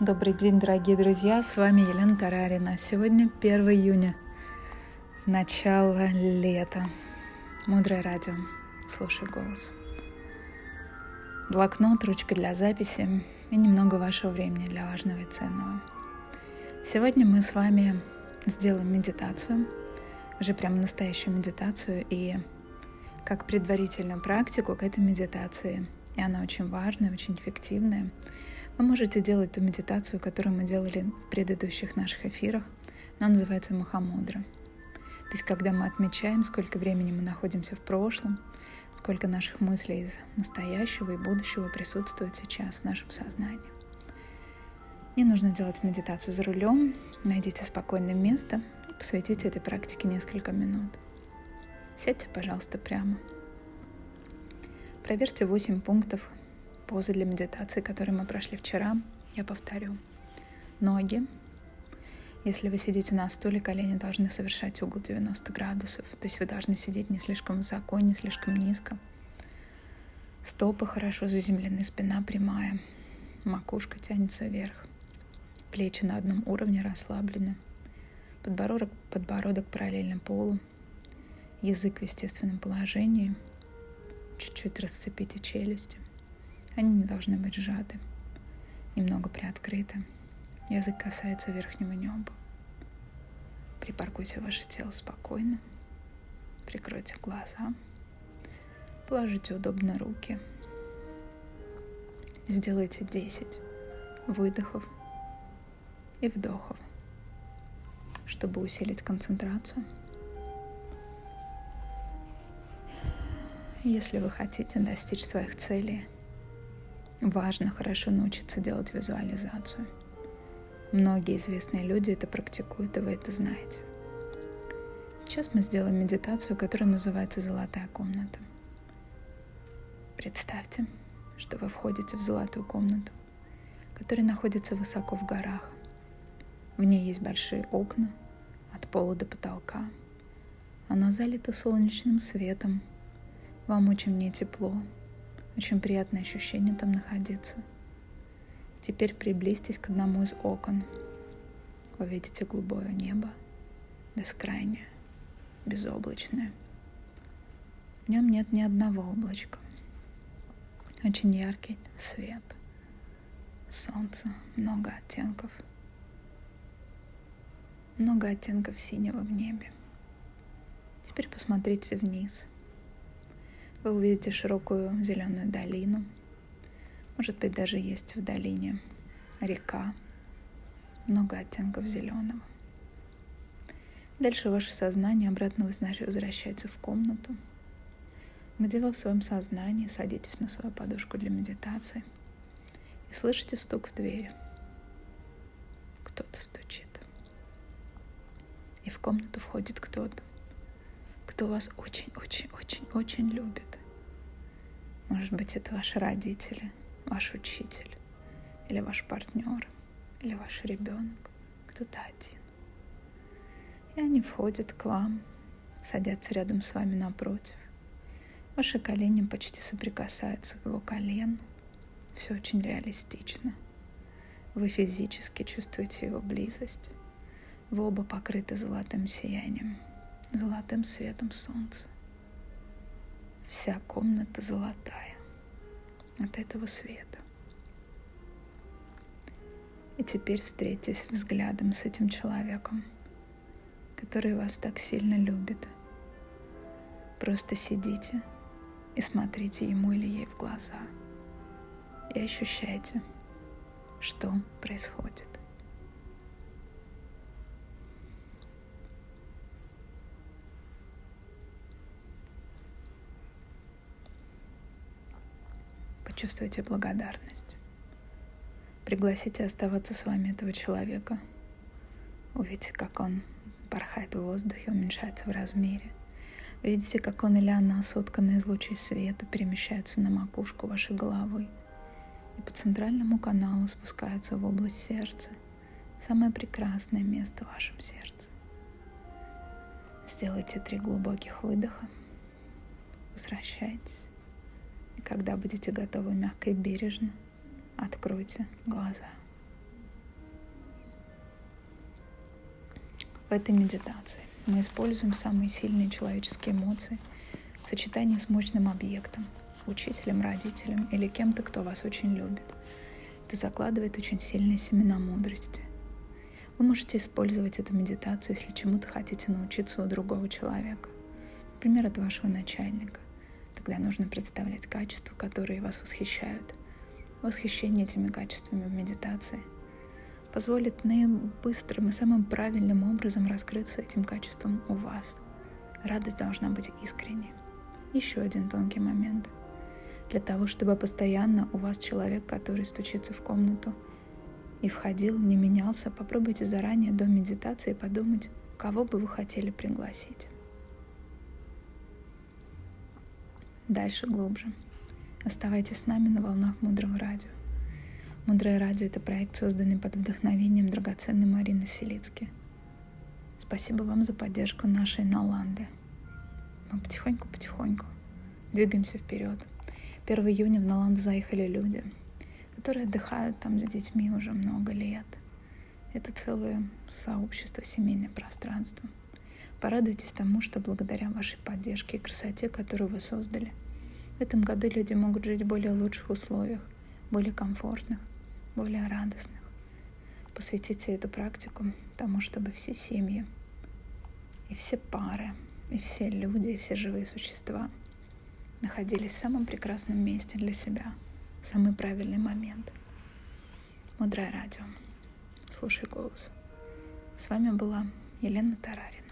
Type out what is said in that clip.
Добрый день, дорогие друзья, с вами Елена Тарарина. Сегодня 1 июня, начало лета. Мудрое радио, слушай голос. Блокнот, ручка для записи и немного вашего времени для важного и ценного. Сегодня мы с вами сделаем медитацию, уже прям настоящую медитацию, и как предварительную практику к этой медитации, и она очень важная, очень эффективная. Вы можете делать ту медитацию, которую мы делали в предыдущих наших эфирах. Она называется Махамудра. То есть, когда мы отмечаем, сколько времени мы находимся в прошлом, сколько наших мыслей из настоящего и будущего присутствует сейчас в нашем сознании. Не нужно делать медитацию за рулем. Найдите спокойное место и посвятите этой практике несколько минут. Сядьте, пожалуйста, прямо. Проверьте 8 пунктов позы для медитации, которые мы прошли вчера. Я повторю. Ноги. Если вы сидите на стуле, колени должны совершать угол 90 градусов. То есть вы должны сидеть не слишком высоко, не слишком низко. Стопы хорошо заземлены, спина прямая. Макушка тянется вверх. Плечи на одном уровне расслаблены. Подбородок параллельно полу. Язык в естественном положении. Чуть-чуть расцепите челюсти. Они не должны быть сжаты, немного приоткрыты. Язык касается верхнего неба. Припаркуйте ваше тело спокойно. Прикройте глаза. Положите удобно руки. Сделайте 10 выдохов и вдохов, чтобы усилить концентрацию. Если вы хотите достичь своих целей, важно хорошо научиться делать визуализацию. Многие известные люди это практикуют, и вы это знаете. Сейчас мы сделаем медитацию, которая называется «Золотая комната». Представьте, что вы входите в золотую комнату, которая находится высоко в горах. В ней есть большие окна от пола до потолка. Она залита солнечным светом. Вам очень в ней тепло. Очень приятное ощущение там находиться. Теперь приблизьтесь к одному из окон. Вы видите голубое небо, бескрайнее, безоблачное. В нем нет ни одного облачка. Очень яркий свет, солнце, много оттенков синего в небе. Теперь посмотрите вниз. Вы увидите широкую зеленую долину. Может быть, даже есть в долине река. Много оттенков зеленого. Дальше ваше сознание обратно возвращается в комнату, где вы в своем сознании садитесь на свою подушку для медитации и слышите стук в двери. Кто-то стучит. И в комнату входит кто-то, кто вас очень-очень-очень-очень любит. Может быть, это ваши родители, ваш учитель, или ваш партнер, или ваш ребенок, кто-то один. И они входят к вам, садятся рядом с вами напротив. Ваши колени почти соприкасаются к его колену. Все очень реалистично. Вы физически чувствуете его близость. Вы оба покрыты золотым сиянием, золотым светом солнца. Вся комната золотая от этого света. И теперь встретитесь взглядом с этим человеком, который вас так сильно любит. Просто сидите и смотрите ему или ей в глаза и ощущайте, что происходит. Почувствуйте благодарность. Пригласите оставаться с вами этого человека. Увидите, как он порхает в воздухе, уменьшается в размере. Увидите, как он или она, сотканные из лучей света, перемещаются на макушку вашей головы и по центральному каналу спускаются в область сердца, самое прекрасное место в вашем сердце. Сделайте 3 глубоких выдоха. Возвращайтесь. И когда будете готовы, мягко и бережно откройте глаза. В этой медитации мы используем самые сильные человеческие эмоции в сочетании с мощным объектом, учителем, родителем или кем-то, кто вас очень любит. Это закладывает очень сильные семена мудрости. Вы можете использовать эту медитацию, если чему-то хотите научиться у другого человека, например, от вашего начальника. Тогда нужно представлять качества, которые вас восхищают. Восхищение этими качествами в медитации позволит наибыстрым и самым правильным образом раскрыться этим качеством у вас. Радость должна быть искренней. Еще один тонкий момент. Для того, чтобы постоянно у вас человек, который стучится в комнату и входил, не менялся, попробуйте заранее до медитации подумать, кого бы вы хотели пригласить. Дальше глубже. Оставайтесь с нами на волнах Мудрого Радио. Мудрое Радио — это проект, созданный под вдохновением драгоценной Марины Селицки. Спасибо вам за поддержку нашей Наланды. Мы потихоньку двигаемся вперед. 1 июня в Наланду заехали люди, которые отдыхают там с детьми уже много лет. Это целое сообщество, семейное пространство. Порадуйтесь тому, что благодаря вашей поддержке и красоте, которую вы создали, в этом году люди могут жить в более лучших условиях, более комфортных, более радостных. Посвятите эту практику тому, чтобы все семьи, и все пары, и все люди, и все живые существа находились в самом прекрасном месте для себя, в самый правильный момент. Мудрое Радио. Слушай голос. С вами была Елена Тарарина.